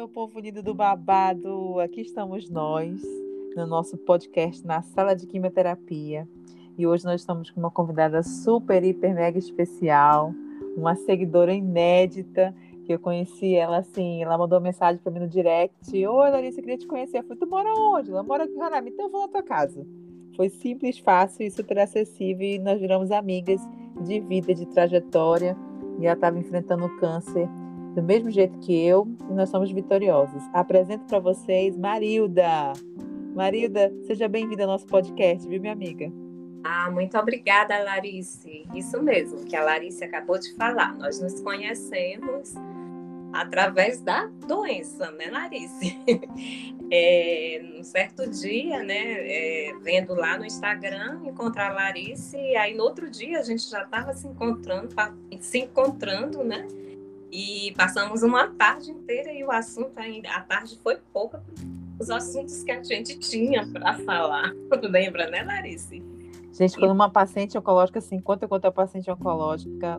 povo lindo do babado! Aqui estamos nós, no nosso podcast na Sala de Quimioterapia. E hoje nós estamos com uma convidada super, hiper, mega especial, uma seguidora inédita, que eu conheci ela assim, ela mandou uma mensagem para mim no direct: Oi, Larissa, eu queria te conhecer. Eu falei: Tu mora onde? Ela mora aqui em Roraima, então eu vou na tua casa. Foi simples, fácil e super acessível e nós viramos amigas de vida, de trajetória. E ela estava enfrentando o câncer do mesmo jeito que eu, e nós somos vitoriosos. Apresento para vocês Marilda. Marilda, seja bem-vinda ao nosso podcast, viu, minha amiga? Muito obrigada, Larice. Isso mesmo, que a Larice acabou de falar. Nós nos conhecemos através da doença, né, Larice? Num certo dia, né, vendo lá no Instagram, encontrar a Larice, e aí no outro dia a gente já estava se encontrando, né? E passamos uma tarde inteira e o assunto ainda, a tarde foi pouca, os assuntos que a gente tinha para falar. Lembra, né, Larice? Gente, quando uma paciente oncológica se encontra com outra paciente oncológica,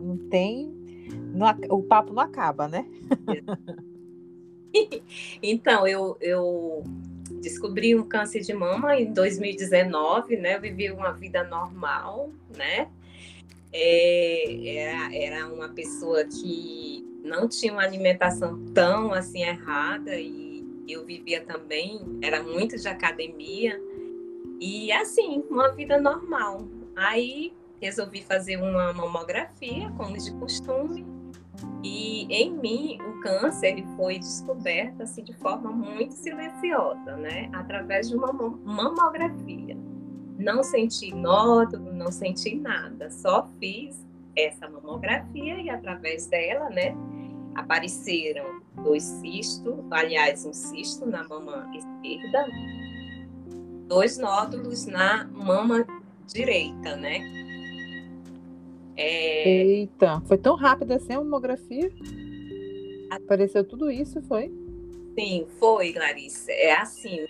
o papo não acaba, né? Então, eu descobri um câncer de mama em 2019, né? Eu vivi uma vida normal, né? Era uma pessoa que não tinha uma alimentação tão assim errada e eu vivia também, era muito de academia e assim, uma vida normal. Aí resolvi fazer uma mamografia, como de costume, e em mim o câncer ele foi descoberto assim de forma muito silenciosa, né? Através de uma mamografia. Não senti nódulo, não senti nada, só fiz essa mamografia e através dela, né, apareceram 2 cistos, aliás, um cisto na mama esquerda, 2 nódulos na mama direita, né? Eita, foi tão rápido assim a mamografia? Apareceu tudo isso, foi? Sim, foi, Clarice. É assim.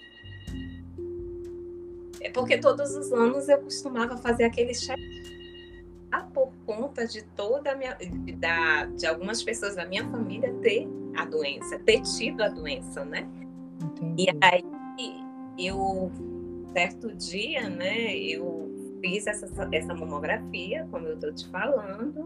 É porque todos os anos eu costumava fazer aquele check por conta de toda a minha, de algumas pessoas da minha família ter tido a doença, né? Entendi. E aí eu, certo dia, né, eu fiz essa mamografia, como eu estou te falando,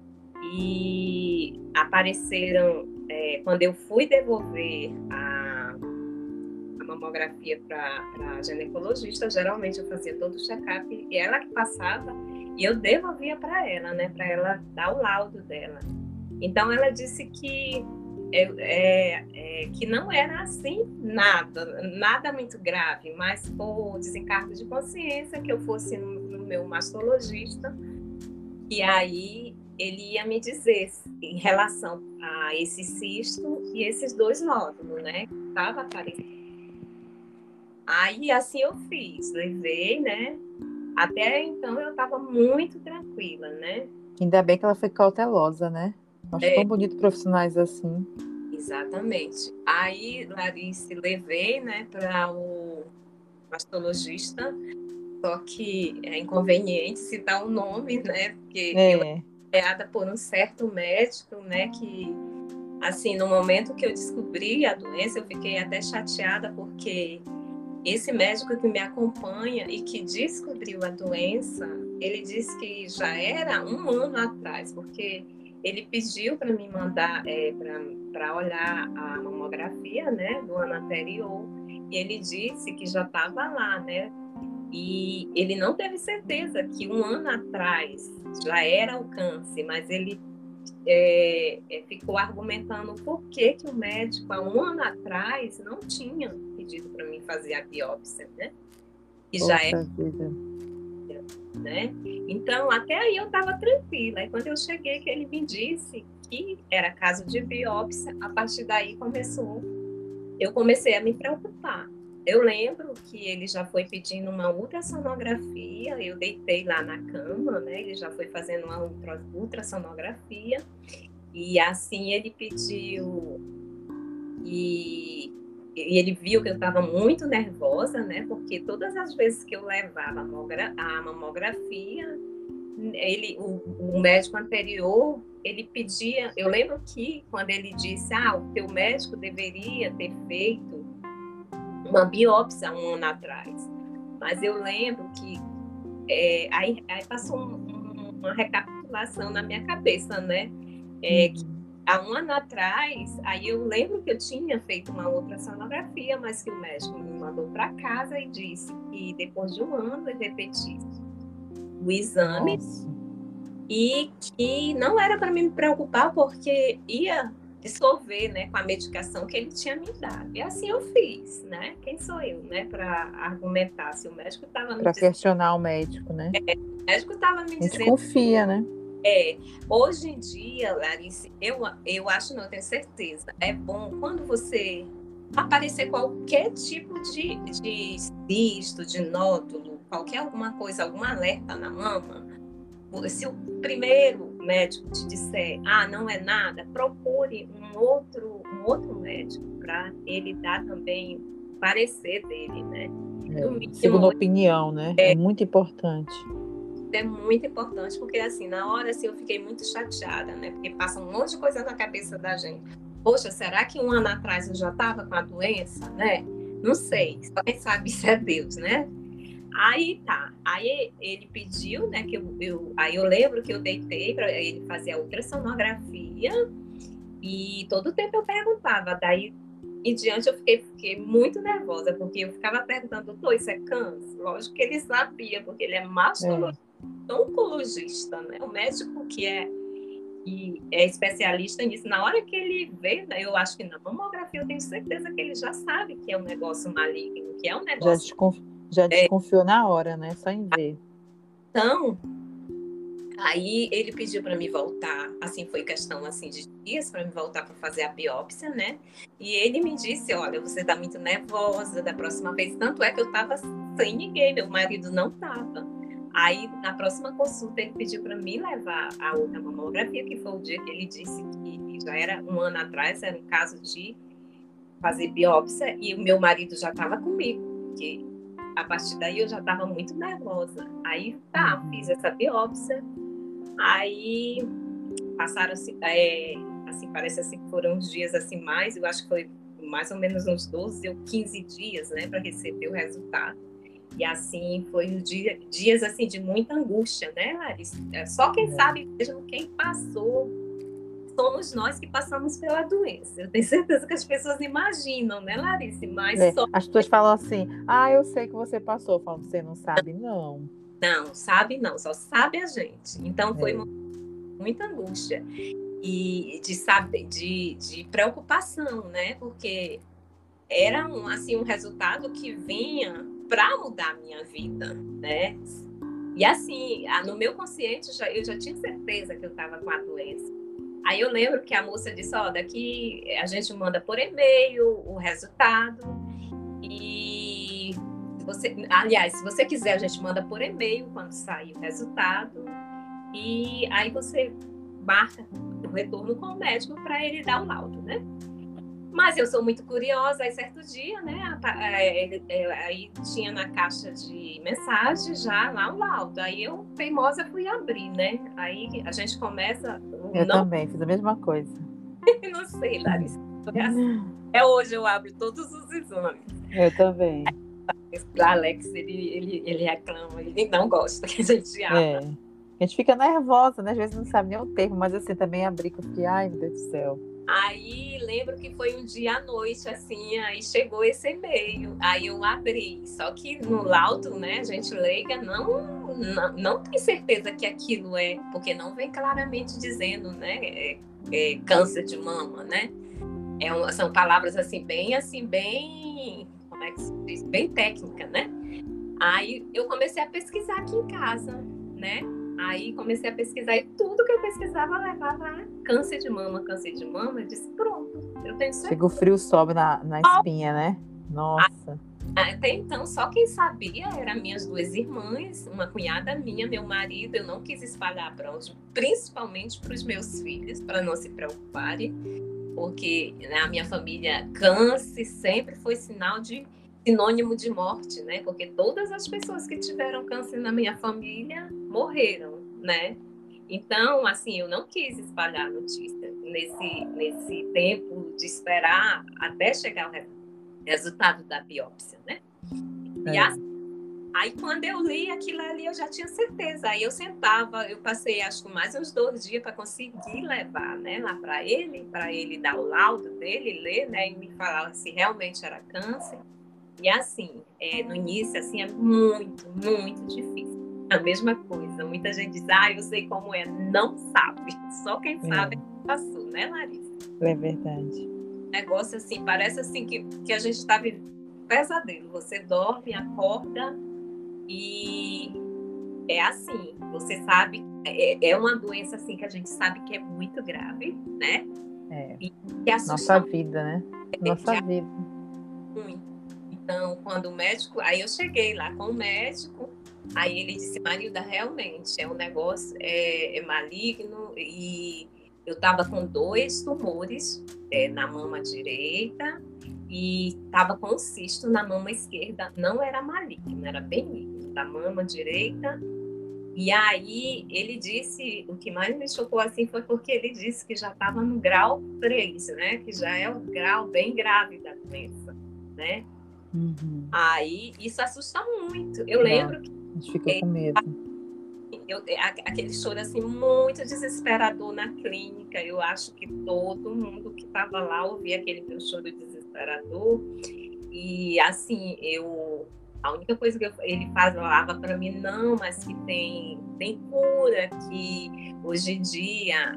e apareceram, quando eu fui devolver a mamografia para a ginecologista, geralmente eu fazia todo o check-up e ela que passava e eu devolvia para ela, né, para ela dar o laudo dela. Então ela disse que que não era assim nada muito grave, mas por desencargo de consciência que eu fosse no meu mastologista e aí ele ia me dizer em relação a esse cisto e esses 2 nódulos, né, que estava aparecendo. Aí, assim, eu fiz, levei, né? Até então eu estava muito tranquila, né? Ainda bem que ela foi cautelosa, né? Acho tão bonito profissionais assim. Exatamente. Aí, Larice, levei, né, para o mastologista, só que é inconveniente citar o nome, né? Porque eu fui criada por um certo médico, né, que, assim, no momento que eu descobri a doença, eu fiquei até chateada, porque esse médico que me acompanha e que descobriu a doença, ele disse que já era 1 ano atrás, porque ele pediu para me mandar para olhar a mamografia, né, do ano anterior, e ele disse que já estava lá, né, e ele não teve certeza que 1 ano atrás já era o câncer, mas ele ficou argumentando por que o médico, há 1 ano atrás, não tinha pedido para mim fazer a biópsia, né? E já é, né? Então, até aí eu estava tranquila. E quando eu cheguei, que ele me disse que era caso de biópsia, a partir daí eu comecei a me preocupar. Eu lembro que ele já foi pedindo uma ultrassonografia, eu deitei lá na cama, né? Ele já foi fazendo uma ultrassonografia, e assim ele pediu, e ele viu que eu estava muito nervosa, né? Porque todas as vezes que eu levava a mamografia, o médico anterior, ele pedia, eu lembro que quando ele disse, o teu médico deveria ter feito uma biópsia 1 ano atrás. Mas eu lembro que aí passou uma recapitulação na minha cabeça, né? Que há 1 ano atrás, aí eu lembro que eu tinha feito uma outra sonografia, mas que o médico me mandou para casa e disse que depois de 1 ano eu repetisse o exame. Nossa. E que não era para me preocupar porque ia dissolver, né, com a medicação que ele tinha me dado. E assim eu fiz, né? Quem sou eu, né, para argumentar se o médico estava me dizendo... Para questionar o médico, né? O médico estava me dizendo... A gente confia, né? Hoje em dia, Larissa, eu acho, não, eu tenho certeza, é bom quando você aparecer qualquer tipo de cisto, de nódulo, qualquer alguma coisa, algum alerta na mama, se o primeiro médico te disser, não é nada, procure um outro médico para ele dar também o parecer dele, né? Segunda opinião, né? É muito importante. É muito importante, porque assim, na hora assim, eu fiquei muito chateada, né? Porque passa um monte de coisa na cabeça da gente. Poxa, será que 1 ano atrás eu já estava com a doença, né? Não sei, só quem sabe se é Deus, né? Aí tá, aí ele pediu, né, que aí eu lembro que eu deitei para ele fazer a ultrassonografia e todo o tempo eu perguntava, daí em diante eu fiquei muito nervosa, porque eu ficava perguntando, doutor, isso é câncer? Lógico que ele sabia, porque ele é oncologista, né, o médico que é especialista nisso. Na hora que ele vê, né, eu acho que na mamografia eu tenho certeza que ele já sabe que é um negócio maligno, que é um negócio... Já desconfiou na hora, né? Só em ver. Então, aí ele pediu para me voltar, assim, foi questão assim, de dias para me voltar para fazer a biópsia, né? E ele me disse, olha, você está muito nervosa da próxima vez. Tanto é que eu estava sem ninguém, meu marido não estava. Aí, na próxima consulta, ele pediu para me levar a outra mamografia, que foi o dia que ele disse que já era 1 ano atrás, era um caso de fazer biópsia, e o meu marido já estava comigo, porque a partir daí eu já estava muito nervosa. Aí fiz essa biópsia. Aí passaram assim, parece assim que foram uns dias assim mais, eu acho que foi mais ou menos uns 12 ou 15 dias, né, para receber o resultado. E assim foi dias assim de muita angústia, né, Larissa? Só quem sabe mesmo, quem passou, somos nós que passamos pela doença. Eu tenho certeza que as pessoas imaginam, né, Larissa? Mas as pessoas falam assim, eu sei que você passou. Falam, você não sabe, não. Não, sabe não, só sabe a gente. Então foi muita angústia e de preocupação, né? Porque era um resultado que vinha para mudar a minha vida, né? E assim, no meu consciente eu já tinha certeza que eu estava com a doença. Aí eu lembro que a moça disse, daqui a gente manda por e-mail o resultado e se você quiser, a gente manda por e-mail quando sair o resultado e aí você marca o retorno com o médico para ele dar o laudo, né? Mas eu sou muito curiosa, aí certo dia, né, aí tinha na caixa de mensagem já lá o laudo, aí eu, teimosa, fui abrir, né? Aí a gente começa... Eu também, fiz a mesma coisa. Não sei, Larissa. Hoje eu abro todos os exames. Eu também. O Alex, ele reclama, ele não gosta que a gente abra. A gente fica nervosa, né? Às vezes não sabe nem o termo, mas assim, também abri, que eu fiquei, ai, meu Deus do céu. Aí, lembro que foi um dia à noite, assim, aí chegou esse e-mail, aí eu abri, só que no laudo, né, a gente leiga, não tem certeza que aquilo porque não vem claramente dizendo, né, câncer de mama, né, são palavras, assim, como é que se diz? Bem técnica, né, aí eu comecei a pesquisar aqui em casa, né, aí comecei a pesquisar e tudo que eu pesquisava levava a câncer de mama. Eu disse, pronto, eu tenho certeza. Chega o frio, sobe na espinha, né? Nossa. Até então, só quem sabia eram minhas 2 irmãs, uma cunhada minha, meu marido. Eu não quis espalhar principalmente para os meus filhos, para não se preocuparem, porque na minha família, câncer sempre foi sinônimo de morte, né? Porque todas as pessoas que tiveram câncer na minha família morreram, né? Então, assim, eu não quis espalhar a notícia nesse tempo de esperar até chegar o resultado da biópsia, né? E aí, quando eu li aquilo ali, eu já tinha certeza. Aí eu sentava, eu passei, acho que mais uns 2 dias para conseguir levar, né, lá para ele dar o laudo dele, ler, né, e me falar se realmente era câncer. E assim, no início, assim, é muito, muito difícil. A mesma coisa. Muita gente diz, eu sei como é. Não sabe. Só quem sabe passou, né, Larissa? É verdade. Negócio assim, parece assim que a gente está vivendo um pesadelo. Você dorme, acorda e é assim. Você sabe, é uma doença assim que a gente sabe que é muito grave, né? E que assusta nossa vida, né? Nossa vida. Muito. Então, quando o médico... Aí eu cheguei lá com o médico, aí ele disse, Marilda, realmente, o negócio é maligno, e eu estava com 2 tumores na mama direita e estava com um cisto na mama esquerda. Não era maligno, era benigno, da mama direita. E aí ele disse, o que mais me chocou assim foi porque ele disse que já estava no grau 3, né? Que já é o grau bem grave da doença, né? Uhum. Aí isso assusta muito. Eu lembro que a gente fica com medo. Aquele choro assim muito desesperador na clínica. Eu acho que todo mundo que estava lá ouvia aquele meu choro desesperador. E assim, a única coisa que ele falava para mim, não, mas que tem cura, que hoje em dia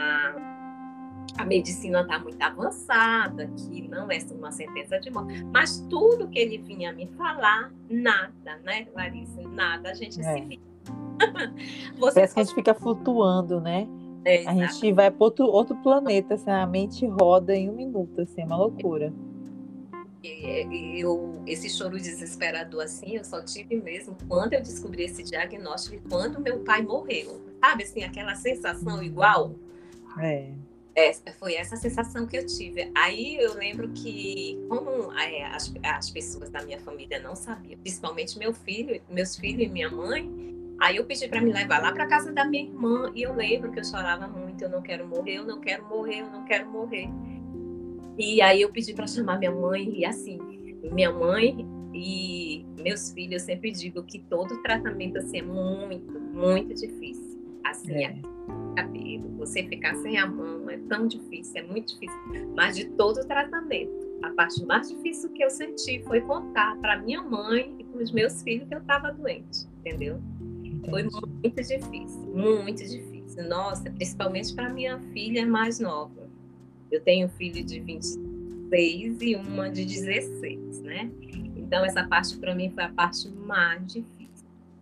a medicina está muito avançada, que não é uma sentença de morte, mas tudo que ele vinha me falar, nada, né, Larissa? Nada, a gente se vê. Parece que a gente fica flutuando, né? A gente vai para outro planeta, assim, a mente roda em 1 minuto, assim, é uma loucura. Esse choro desesperador, assim, eu só tive mesmo quando eu descobri esse diagnóstico e quando meu pai morreu. Sabe, assim, aquela sensação igual? Foi essa sensação que eu tive. Aí eu lembro que, como as pessoas da minha família não sabiam, principalmente meus filhos e minha mãe, aí eu pedi para me levar lá para casa da minha irmã, e eu lembro que eu chorava muito, eu não quero morrer, eu não quero morrer, eu não quero morrer. E aí eu pedi para chamar minha mãe, e assim, minha mãe e meus filhos, eu sempre digo que todo tratamento assim é muito, muito difícil. Assim, cabelo, você ficar sem a mão é tão difícil, é muito difícil. Mas de todo o tratamento, a parte mais difícil que eu senti foi contar para minha mãe e para os meus filhos que eu estava doente, entendeu? Entendi. Foi muito difícil, muito difícil. Nossa, principalmente para minha filha mais nova. Eu tenho um filho de 26 e uma de 16, né? Então, essa parte, para mim, foi a parte mais difícil.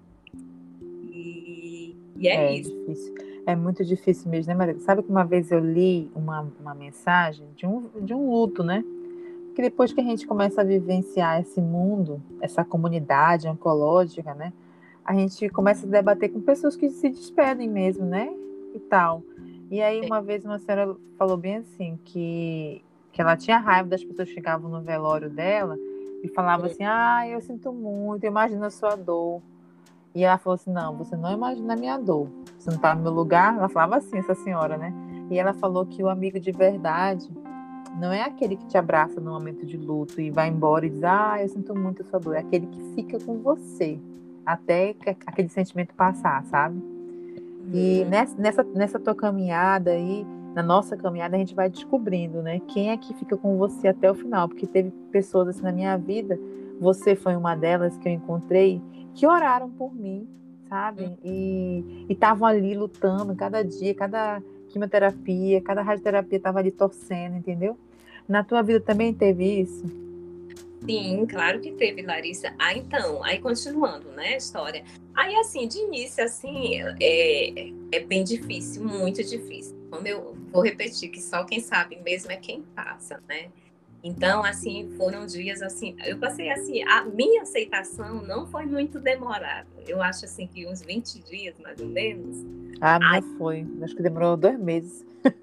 E é isso. Difícil. É muito difícil mesmo, né, Maria? Sabe que uma vez eu li uma mensagem de um luto, né? Que depois que a gente começa a vivenciar esse mundo, essa comunidade oncológica, né? A gente começa a debater com pessoas que se despedem mesmo, né? E tal. E aí, uma vez, uma senhora falou bem assim, que ela tinha raiva das pessoas que chegavam no velório dela e falavam assim, eu sinto muito, eu imagino a sua dor. E ela falou assim, não, você não imagina a minha dor. Você não está no meu lugar? Ela falava assim, essa senhora, né? E ela falou que o amigo de verdade não é aquele que te abraça no momento de luto e vai embora e diz, eu sinto muito a sua dor. É aquele que fica com você até aquele sentimento passar, sabe? E nessa tua caminhada aí, na nossa caminhada, a gente vai descobrindo, né? Quem é que fica com você até o final. Porque teve pessoas assim na minha vida, você foi uma delas que eu encontrei, que oraram por mim, sabe? E estavam ali lutando cada dia, cada quimioterapia, cada radioterapia estava ali torcendo, entendeu? Na tua vida também teve isso? Sim, claro que teve, Larissa. Então, aí continuando, né, a história. Aí, assim, de início, assim, é bem difícil, muito difícil. Como eu vou repetir, que só quem sabe mesmo é quem passa, né? Então, assim, foram dias, assim, eu passei, assim, a minha aceitação não foi muito demorada. Eu acho, assim, que uns 20 dias, mais ou menos. A minha foi, acho que demorou 2 meses.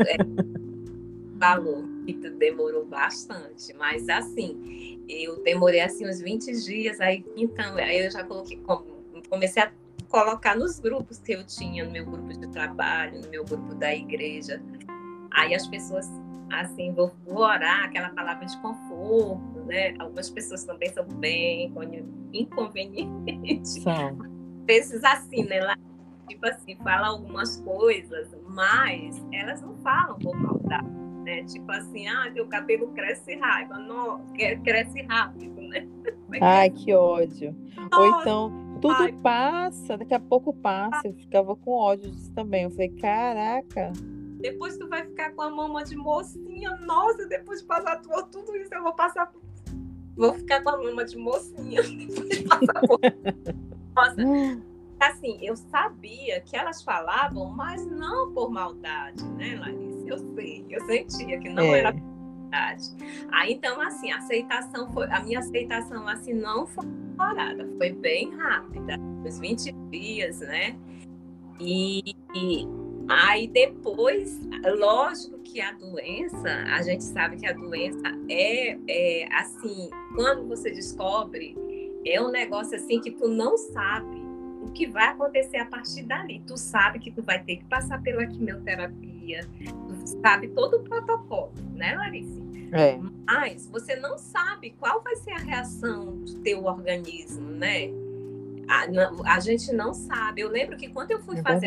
Falou que demorou bastante, mas, assim, eu demorei, assim, uns 20 dias, aí, então, aí eu já comecei a colocar nos grupos que eu tinha, no meu grupo de trabalho, no meu grupo da igreja. Aí as pessoas, assim, vou orar, aquela palavra de conforto, né? Algumas pessoas também são bem inconvenientes. São. Às vezes assim, né? Lá, tipo assim, fala algumas coisas, mas elas não falam por maldade, né? Tipo assim, teu cabelo cresce raiva, não, cresce rápido, né? Ai, que ódio. Nossa, Ou então, tudo passa, daqui a pouco passa. Eu ficava com ódio disso também. Eu falei, caraca. Depois tu vai ficar com a mama de mocinha. Nossa, depois de passar por tudo isso, eu vou ficar com a mama de mocinha. Depois de passar por... Nossa, assim, eu sabia que elas falavam, mas não por maldade, né, Larissa? Eu sentia que não era verdade. Aí, então, assim, a minha aceitação, assim, não foi demorada, foi bem rápida, uns 20 dias, né? E aí depois, lógico que a doença, a gente sabe que a doença é assim, quando você descobre, é um negócio assim que tu não sabe o que vai acontecer a partir dali. Tu sabe que tu vai ter que passar pela quimioterapia, tu sabe todo o protocolo, né, Larissa? Mas você não sabe qual vai ser a reação do teu organismo, né? A gente não sabe. Eu lembro que quando eu fui fazer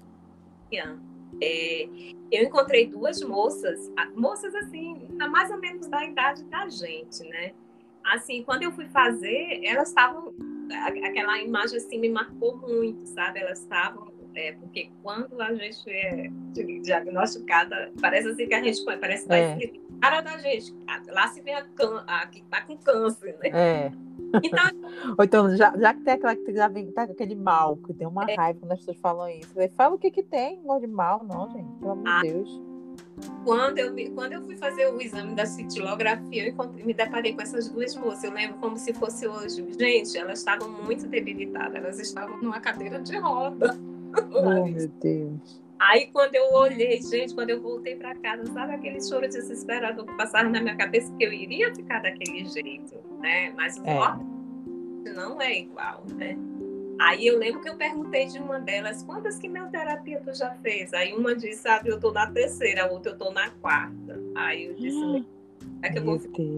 eu encontrei duas moças assim, mais ou menos da idade da gente, né? Assim, quando eu fui fazer, elas estavam, aquela imagem assim me marcou muito, sabe? Elas estavam, porque quando a gente é diagnosticada, parece assim que a gente parece que vai escrever a cara da gente, lá se vê a que tá com câncer, né? Então, ou então, já que tem aquela que já vem, tá com aquele mal, que tem uma raiva quando as pessoas falam isso. Fala o que tem, não de mal, não, gente. Pelo amor de Deus. Quando eu fui fazer o exame da cintilografia, eu me deparei com essas duas moças. Eu lembro como se fosse hoje. Gente, elas estavam muito debilitadas. Elas estavam numa cadeira de roda. Oh, meu Deus. Aí, quando eu olhei, gente, quando eu voltei para casa, sabe aquele choro desesperador que passava na minha cabeça que eu iria ficar daquele jeito, né? Mas o não é igual, né? Aí eu lembro que eu perguntei de uma delas, quantas quimioterapias tu já fez? Aí uma disse, sabe, eu tô na terceira, a outra eu tô na quarta. Aí eu disse, é que eu vou ficar...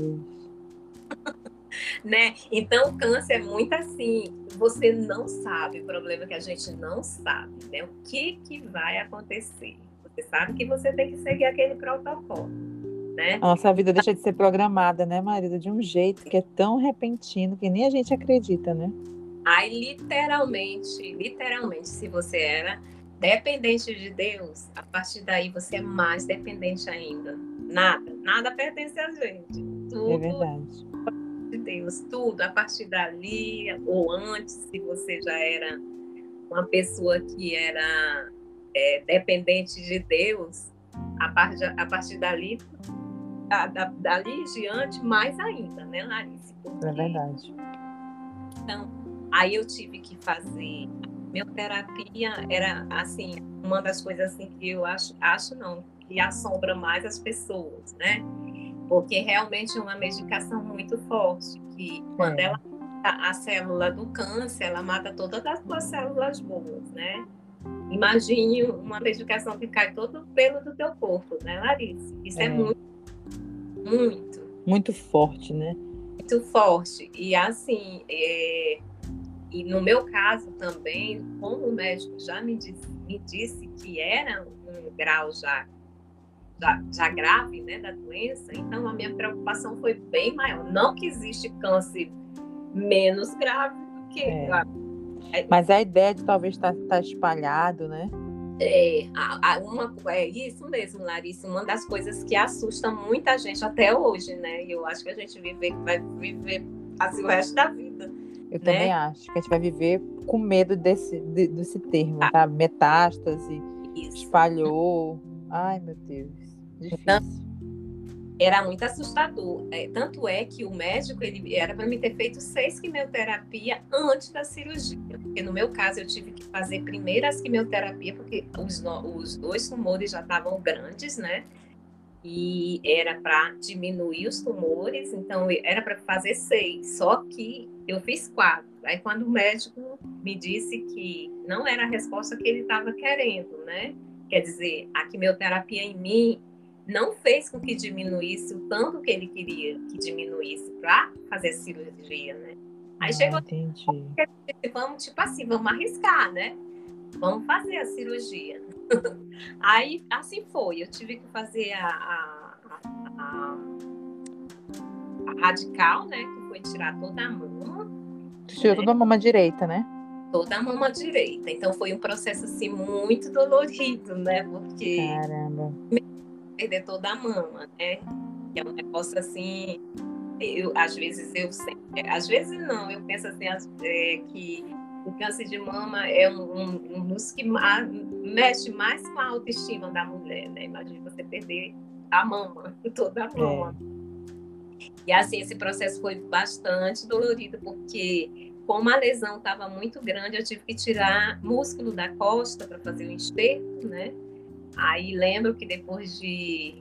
né? Então o câncer é muito assim, você não sabe, o problema é que a gente não sabe, né? O que vai acontecer. Você sabe que você tem que seguir aquele protocolo, né? A nossa vida deixa de ser programada, né, Marisa? De um jeito que é tão repentino que nem a gente acredita, né? Aí, literalmente, se você era dependente de Deus, a partir daí você é mais dependente ainda. Nada pertence a gente. Tudo é verdade. de Deus, tudo. A partir dali, ou antes, se você já era uma pessoa que era dependente de Deus, a partir dali, dali em diante, mais ainda, né, Larissa? Porque... é verdade. Então, aí eu tive que fazer quimioterapia, era assim, uma das coisas assim que eu acho não, que assombra mais as pessoas, né? Porque realmente é uma medicação muito forte, que quando ela mata a célula do câncer, ela mata todas as suas células boas, né? Imagine uma medicação que cai todo o pelo do teu corpo, né, Larissa? Isso é muito forte, né? Muito forte. E assim, e no meu caso também, como o médico já me disse que era um grau já grave, né, da doença, então a minha preocupação foi bem maior. Não que existe câncer menos grave do que... Mas a ideia de talvez estar espalhado, né? É isso mesmo, Larissa. Uma das coisas que assusta muita gente até hoje, né? E eu acho que a gente vai viver assim o resto da vida. Eu também acho que a gente vai viver com medo desse termo, tá? Metástase, espalhou. Ai, meu Deus, difícil. Era muito assustador. Tanto é que o médico, ele era para me ter feito 6 quimioterapias antes da cirurgia. Porque no meu caso, eu tive que fazer primeiro as quimioterapias, porque os 2 tumores já estavam grandes, né? e era para diminuir os tumores, então era para fazer 6, só que eu fiz 4. Aí quando o médico me disse que não era a resposta que ele estava querendo, né? Quer dizer, a quimioterapia em mim não fez com que diminuísse o tanto que ele queria que diminuísse para fazer a cirurgia, né? Aí chegou, entendi. vamos, tipo assim, vamos arriscar, né? Vamos fazer a cirurgia. Aí, assim foi. Eu tive que fazer a radical, né? Que foi tirar toda a mama. Tirou toda a mama direita, né? Toda a mama direita. Então, foi um processo, assim, muito dolorido, né? Porque... Caramba. Perder toda a mama, né? Que é um negócio, assim... às vezes não. Eu penso, assim, que o câncer de mama é um dos que mexe mais com a autoestima da mulher, né? Imagina você perder a mama, toda a mama. E assim, esse processo foi bastante dolorido, porque como a lesão estava muito grande, eu tive que tirar músculo da costa para fazer o enxerto, né? Aí lembro que depois de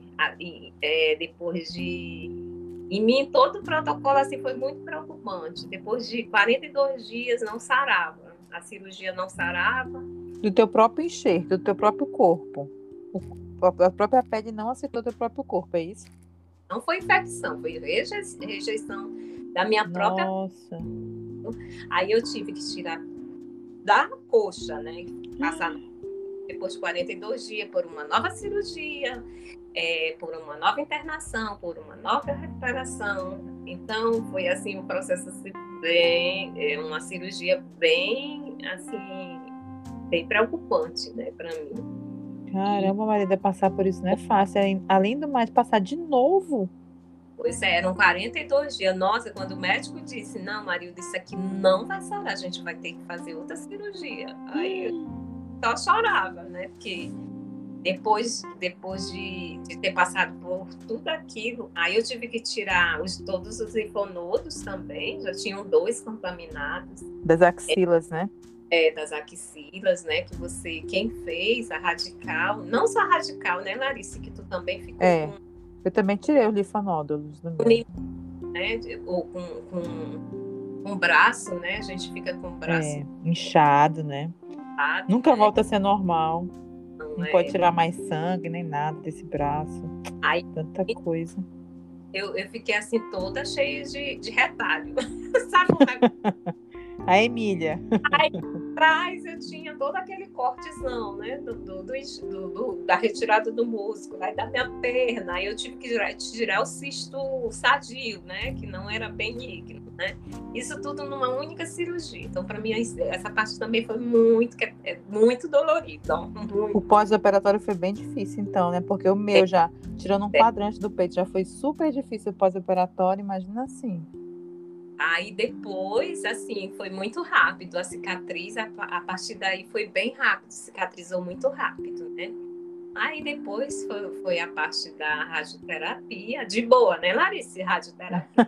em mim, todo o protocolo assim, foi muito preocupante. Depois de 42 dias, não sarava. A cirurgia não sarava. Do teu próprio enxerto, do teu próprio corpo. A própria pele não aceitou teu próprio corpo, é isso? Não foi infecção, foi rejeição da minha própria... Nossa. Aí eu tive que tirar da coxa, né? Passar depois de 42 dias por uma nova cirurgia, por uma nova internação, por uma nova recuperação. Então, foi assim um processo assim, uma cirurgia bem, assim, bem preocupante, né, para mim. Caramba, Marida, passar por isso não é fácil. Além do mais, passar de novo. Pois é, eram 42 dias. Nossa, quando o médico disse, não, Marilda, isso aqui não vai sarar, a gente vai ter que fazer outra cirurgia. Aí eu só chorava, né? Porque depois de ter passado por tudo aquilo, aí eu tive que tirar todos os linfonodos também, já tinham 2 contaminados. Das axilas, né? Das axilas, né? Quem fez a radical, não só a radical, né, Larissa, que tu também ficou com... Eu também tirei os linfonódulos do meu. Né? Ou com o braço, né? A gente fica com o braço inchado, né? Nunca volta a ser normal. Não pode é. tirar mais sangue, nem nada desse braço. Aí, tanta coisa. Eu fiquei assim, toda cheia de retalho. Sabe como é? A Emília. Aí atrás eu tinha todo aquele cortezão, né? Da retirada do músculo, aí da minha perna. Aí eu tive que tirar o cisto sadio, né? Que não era benigno, né? Isso tudo numa única cirurgia. Então, para mim, essa parte também foi muito dolorida. Muito. O pós-operatório foi bem difícil, então, né? Porque o meu já, tirando um quadrante do peito, já foi super difícil o pós-operatório, imagina assim. Aí depois, assim, foi muito rápido a cicatriz, a partir daí foi bem rápido, cicatrizou muito rápido, né? Aí depois foi a parte da radioterapia, de boa, né, Larissa? Radioterapia.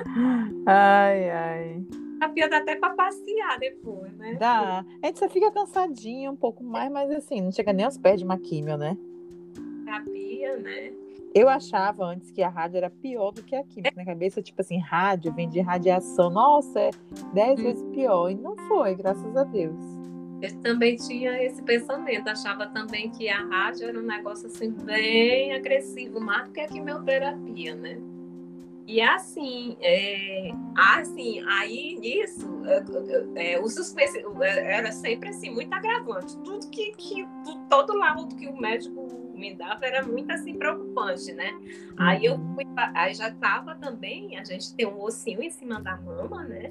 Ai. Terapia dá até para passear depois, né? Dá. A gente só fica cansadinho um pouco mais, mas assim, não chega nem aos pés de uma químio, né? Terapia, né? Eu achava antes que a rádio era pior do que a química. Na cabeça, tipo assim, rádio vem de radiação. Nossa, é 10 vezes pior. E não foi, graças a Deus. Eu também tinha esse pensamento. Achava também que a rádio era um negócio assim, bem agressivo, mais do que a quimioterapia, né? E assim, aí nisso, o suspense era sempre assim, muito agravante. Tudo todo laudo que o médico me dava era muito assim preocupante, né? Aí aí já estava também, a gente tem um ossinho em cima da mama, né?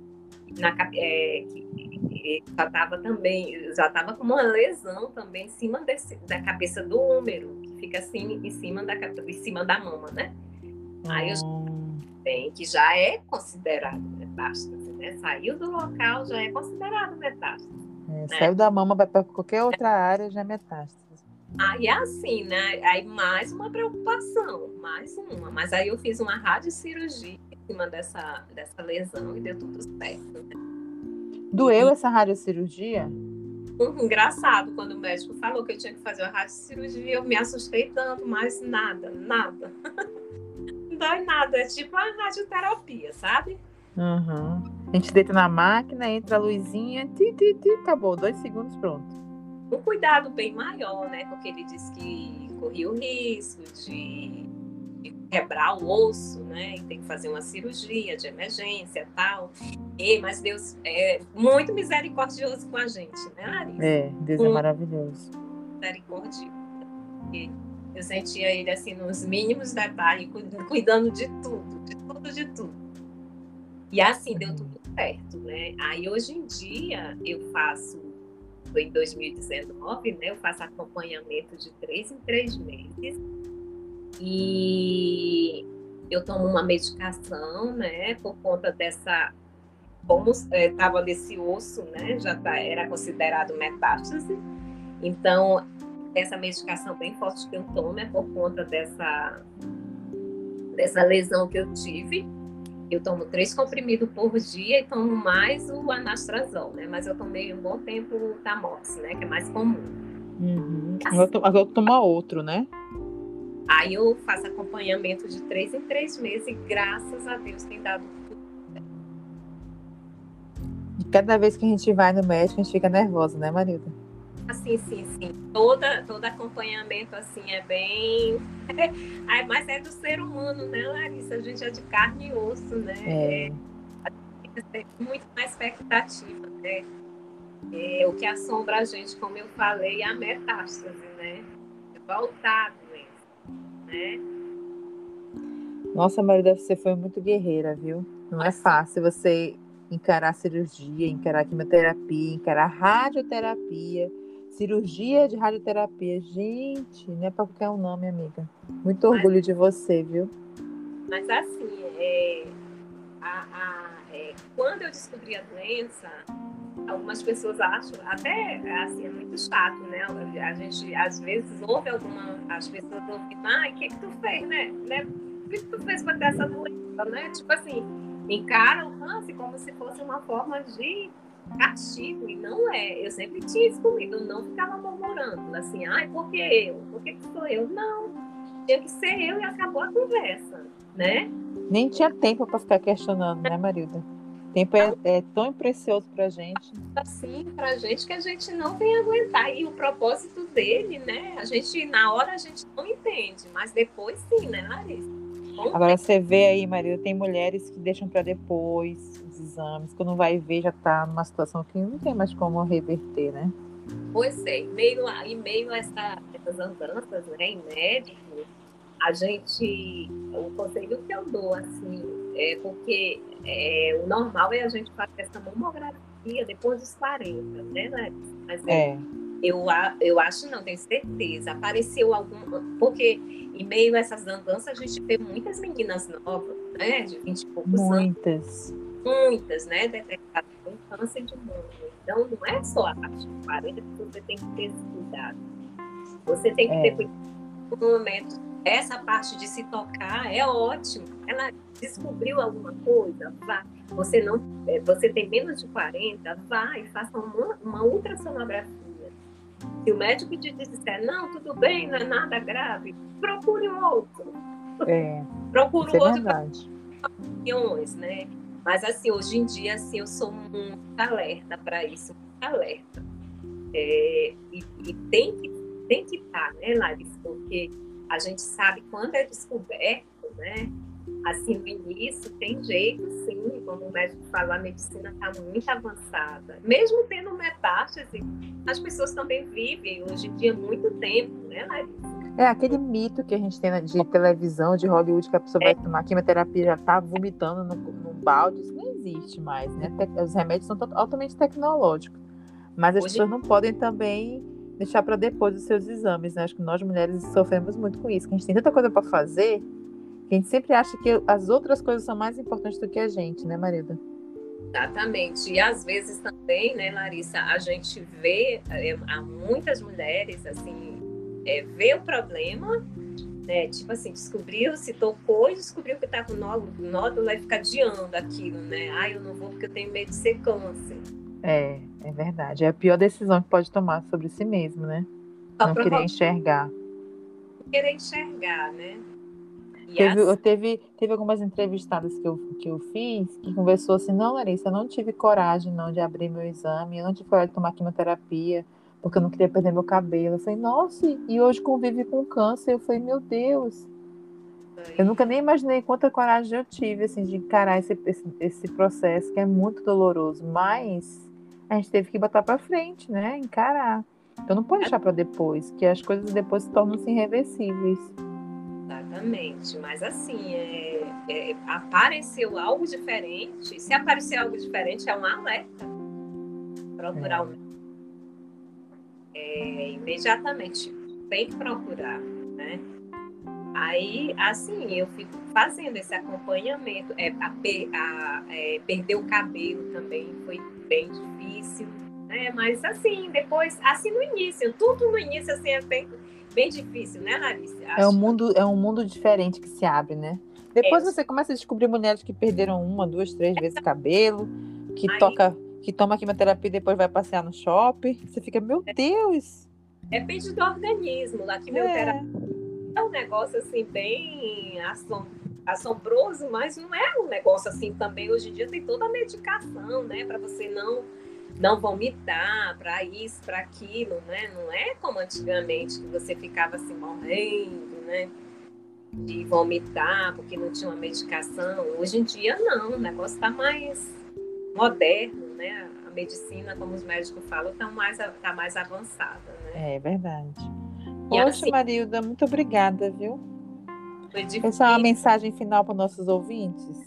Já estava com uma lesão também em cima da cabeça do úmero, que fica assim em cima da mama, né? Aí que já é considerado metástase, né? Saiu do local, já é considerado metástase. Né? Saiu da mama, vai para qualquer outra área, já é metástase. Aí assim, né? Aí mais uma preocupação, mais uma. Mas aí eu fiz uma radiocirurgia em cima dessa lesão e deu tudo certo, né? Doeu essa radiocirurgia? Engraçado, quando o médico falou que eu tinha que fazer uma radiocirurgia, eu me assustei tanto, mas nada. Não dói nada, é tipo uma radioterapia, sabe? Uhum. A gente deita na máquina, entra a luzinha, acabou, 2 segundos, pronto. Um cuidado bem maior, né? Porque ele disse que corria o risco de quebrar o osso, né? E tem que fazer uma cirurgia de emergência e tal. Mas Deus é muito misericordioso com a gente, né, Larissa? Deus é maravilhoso. Misericordioso. Eu sentia ele assim nos mínimos detalhes, cuidando de tudo. E assim, deu tudo certo, né? Aí hoje em dia foi em 2019, né? Eu faço acompanhamento de 3 em 3 meses. E eu tomo uma medicação, né? Por conta dessa... Como estava nesse osso, né? Era considerado metástase. Então, essa medicação bem forte que eu tomo é por conta dessa lesão que eu tive. Eu tomo 3 comprimidos por dia e tomo mais o anastrozol, né? Mas eu tomei um bom tempo o Tamox, né? Que é mais comum. Uhum. Agora toma outro, né? Aí eu faço acompanhamento de 3 em 3 meses e graças a Deus tem dado tudo certo. E cada vez que a gente vai no médico, a gente fica nervosa, né, Marilda? Assim, sim. Todo acompanhamento, assim, é bem... Mas é do ser humano, né, Larissa? A gente é de carne e osso, né? A gente tem muito mais expectativa, né? O que assombra a gente, como eu falei, é a metástase, né? Voltar a doença, né? Nossa, Marilda, você foi muito guerreira, viu? Não é fácil você encarar a cirurgia, encarar a quimioterapia, encarar a radioterapia, cirurgia de radioterapia. Gente, não é para qualquer um não, minha amiga. Muito orgulho de você, viu? Mas assim, quando eu descobri a doença, algumas pessoas acham, até assim, é muito chato, né? A gente, às vezes, as pessoas ouvem, o que tu fez, né? O que tu fez para ter essa doença, né? Tipo assim, encaram o câncer como se fosse uma forma de castigo, e não é. Eu sempre tinha isso comigo, eu não ficava murmurando, assim, por que eu? Por que sou eu? Não, tinha que ser eu e acabou a conversa, né? Nem tinha tempo para ficar questionando, né, Marilda? Tempo é tão precioso pra gente. Assim, pra gente que a gente não vem aguentar. E o propósito dele, né? Na hora a gente não entende, mas depois sim, né, Larissa? Agora você vê aí, Marilda, tem mulheres que deixam para depois os exames, quando vai ver já tá numa situação que não tem mais como reverter, né? Pois é, em meio a essas andanças, né, em médico, o conselho que eu dou, assim, porque o normal é a gente fazer essa mamografia depois dos 40, né, Larissa? Mas eu acho, não, tenho certeza. Apareceu alguma... Porque em meio a essas andanças, a gente vê muitas meninas novas, né? De 20 e poucos anos. Muitas, né? Detectadas com câncer de mama. Então, não é só a partir de 40 que você tem que ter esse cuidado. Você tem que ter cuidado no momento. Essa parte de se tocar é ótimo. Ela descobriu alguma coisa? Vá. Você tem menos de 40? Vá e faça uma ultrassonografia. Se o médico te disser, não, tudo bem, não é nada grave, procure um outro. Procure um outro para opiniões, né? Mas, assim, hoje em dia, assim, eu sou muito alerta para isso, muito alerta. E tem que estar, né, Larissa? Porque a gente sabe quando é descoberto, né? Assim, no início, tem jeito, sim, como o médico fala, a medicina está muito avançada. Mesmo tendo metástase, as pessoas também vivem, hoje em dia, muito tempo, né, Larissa? Aquele mito que a gente tem de televisão, de Hollywood, que a pessoa vai tomar quimioterapia e já está vomitando num balde. Isso não existe mais, né? Os remédios são altamente tecnológicos. Mas as pessoas não podem também deixar para depois os seus exames, né? Acho que nós mulheres sofremos muito com isso, que a gente tem tanta coisa para fazer, que a gente sempre acha que as outras coisas são mais importantes do que a gente, né, Marilda? Exatamente. E às vezes também, né, Larissa, a gente vê há muitas mulheres, assim, vê o problema, né? Tipo assim, se tocou e descobriu que tá com nódulo, e fica adiando aquilo, né? Eu não vou porque eu tenho medo de ser câncer. É verdade. É a pior decisão que pode tomar sobre si mesmo, né? Só Não querer enxergar. querer enxergar, né? E Teve algumas entrevistadas que eu fiz que conversou assim, não, Larissa, eu não tive coragem não de abrir meu exame, eu não tive coragem de tomar quimioterapia, porque eu não queria perder meu cabelo. Eu falei, nossa, e hoje convive com câncer. Eu falei, meu Deus, eu nunca nem imaginei quanta coragem eu tive, assim, de encarar esse processo, que é muito doloroso, mas a gente teve que botar para frente, né, encarar. Então não pode deixar para depois, que as coisas depois se tornam-se irreversíveis. Exatamente, mas assim, apareceu algo diferente. Se aparecer algo diferente, é um alerta. Procurar o médico. Imediatamente, tem que procurar, né? Aí, assim, eu fico fazendo esse acompanhamento. Perder o cabelo também foi bem difícil, né? Mas assim, depois, assim no início, tudo no início assim, é bem difícil, né, Larissa? É um mundo diferente que se abre, né? Depois você começa a descobrir mulheres que perderam 1, 2, 3 vezes o cabelo, que toma quimioterapia e depois vai passear no shopping. Você fica, meu Deus! Depende do organismo. A quimioterapia é um negócio assim bem assombroso, mas não é um negócio assim também. Hoje em dia tem toda a medicação, né? Para você não vomitar, para isso, para aquilo, né? Não é como antigamente que você ficava assim morrendo, né? De vomitar porque não tinha uma medicação. Hoje em dia não, o negócio está mais moderno, né? A medicina, como os médicos falam, tá mais avançada, né? É verdade. E Poxa, assim, Marilda, muito obrigada, viu? foi difícil. Deixar uma mensagem final para nossos ouvintes.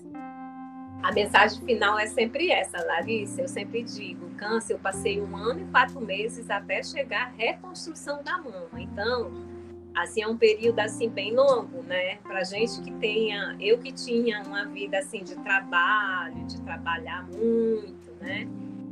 A mensagem final é sempre essa, Larissa. Eu sempre digo, câncer, eu passei 1 ano e 4 meses até chegar à reconstrução da mama. Então, assim, é um período assim bem longo, né? Pra gente que eu que tinha uma vida assim de trabalho, de trabalhar muito, né?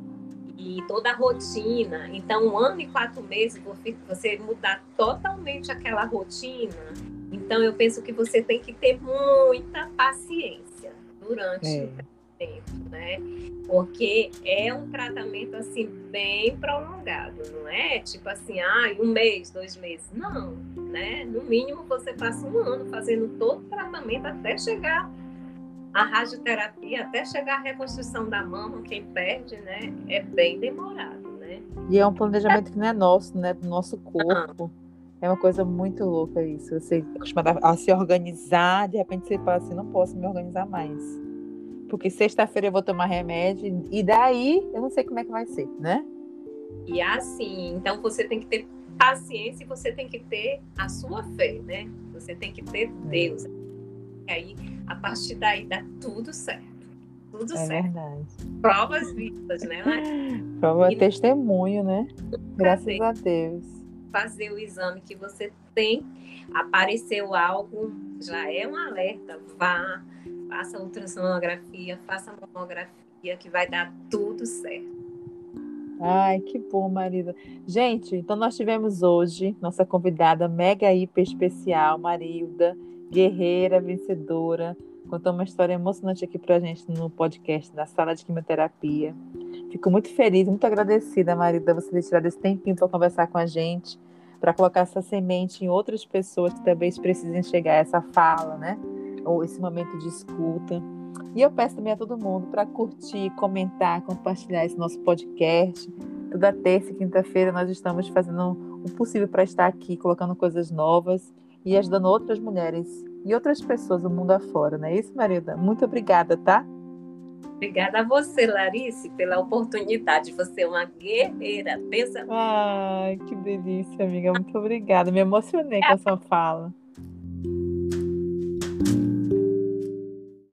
E toda a rotina. Então, 1 ano e 4 meses, você mudar totalmente aquela rotina. Então, eu penso que você tem que ter muita paciência durante o tratamento, né? Porque é um tratamento, assim, bem prolongado, não é? Tipo assim, 1 mês, 2 meses. Não, né? No mínimo, você passa 1 ano fazendo todo o tratamento até chegar a radioterapia, até chegar à reconstrução da mama, quem perde, né? É bem demorado, né? E é um planejamento que não é nosso, né? Do nosso corpo. É uma coisa muito louca isso. Você é acostumado a se organizar, de repente você fala assim, não posso me organizar mais. Porque sexta-feira eu vou tomar remédio, e daí eu não sei como é que vai ser, né? E assim, então você tem que ter paciência e você tem que ter a sua fé, né? Você tem que ter Deus. E aí, a partir daí, dá tudo certo. Tudo certo. É verdade. Provas vistas, né? Prova testemunho, né? Graças a Deus. Fazer o exame que você tem, apareceu algo, já é um alerta. Vá, faça ultrassonografia, faça mamografia, que vai dar tudo certo. Ai, que bom, Marilda. Gente, então nós tivemos hoje nossa convidada mega hiper especial, Marilda, guerreira, vencedora, contou uma história emocionante aqui pra gente no podcast da Sala de Quimioterapia. Fico muito feliz, muito agradecida, Marilda, você ter tirado esse tempinho para conversar com a gente, para colocar essa semente em outras pessoas que talvez precisem chegar a essa fala, né? Ou esse momento de escuta. E eu peço também a todo mundo para curtir, comentar, compartilhar esse nosso podcast. Toda terça e quinta-feira nós estamos fazendo o possível para estar aqui, colocando coisas novas e ajudando outras mulheres e outras pessoas do mundo afora, não é isso, Marilda? Muito obrigada, tá? Obrigada a você, Larissa, pela oportunidade. Você é uma guerreira. Pensa. Ai, que delícia, amiga. Muito obrigada. Me emocionei com a sua fala.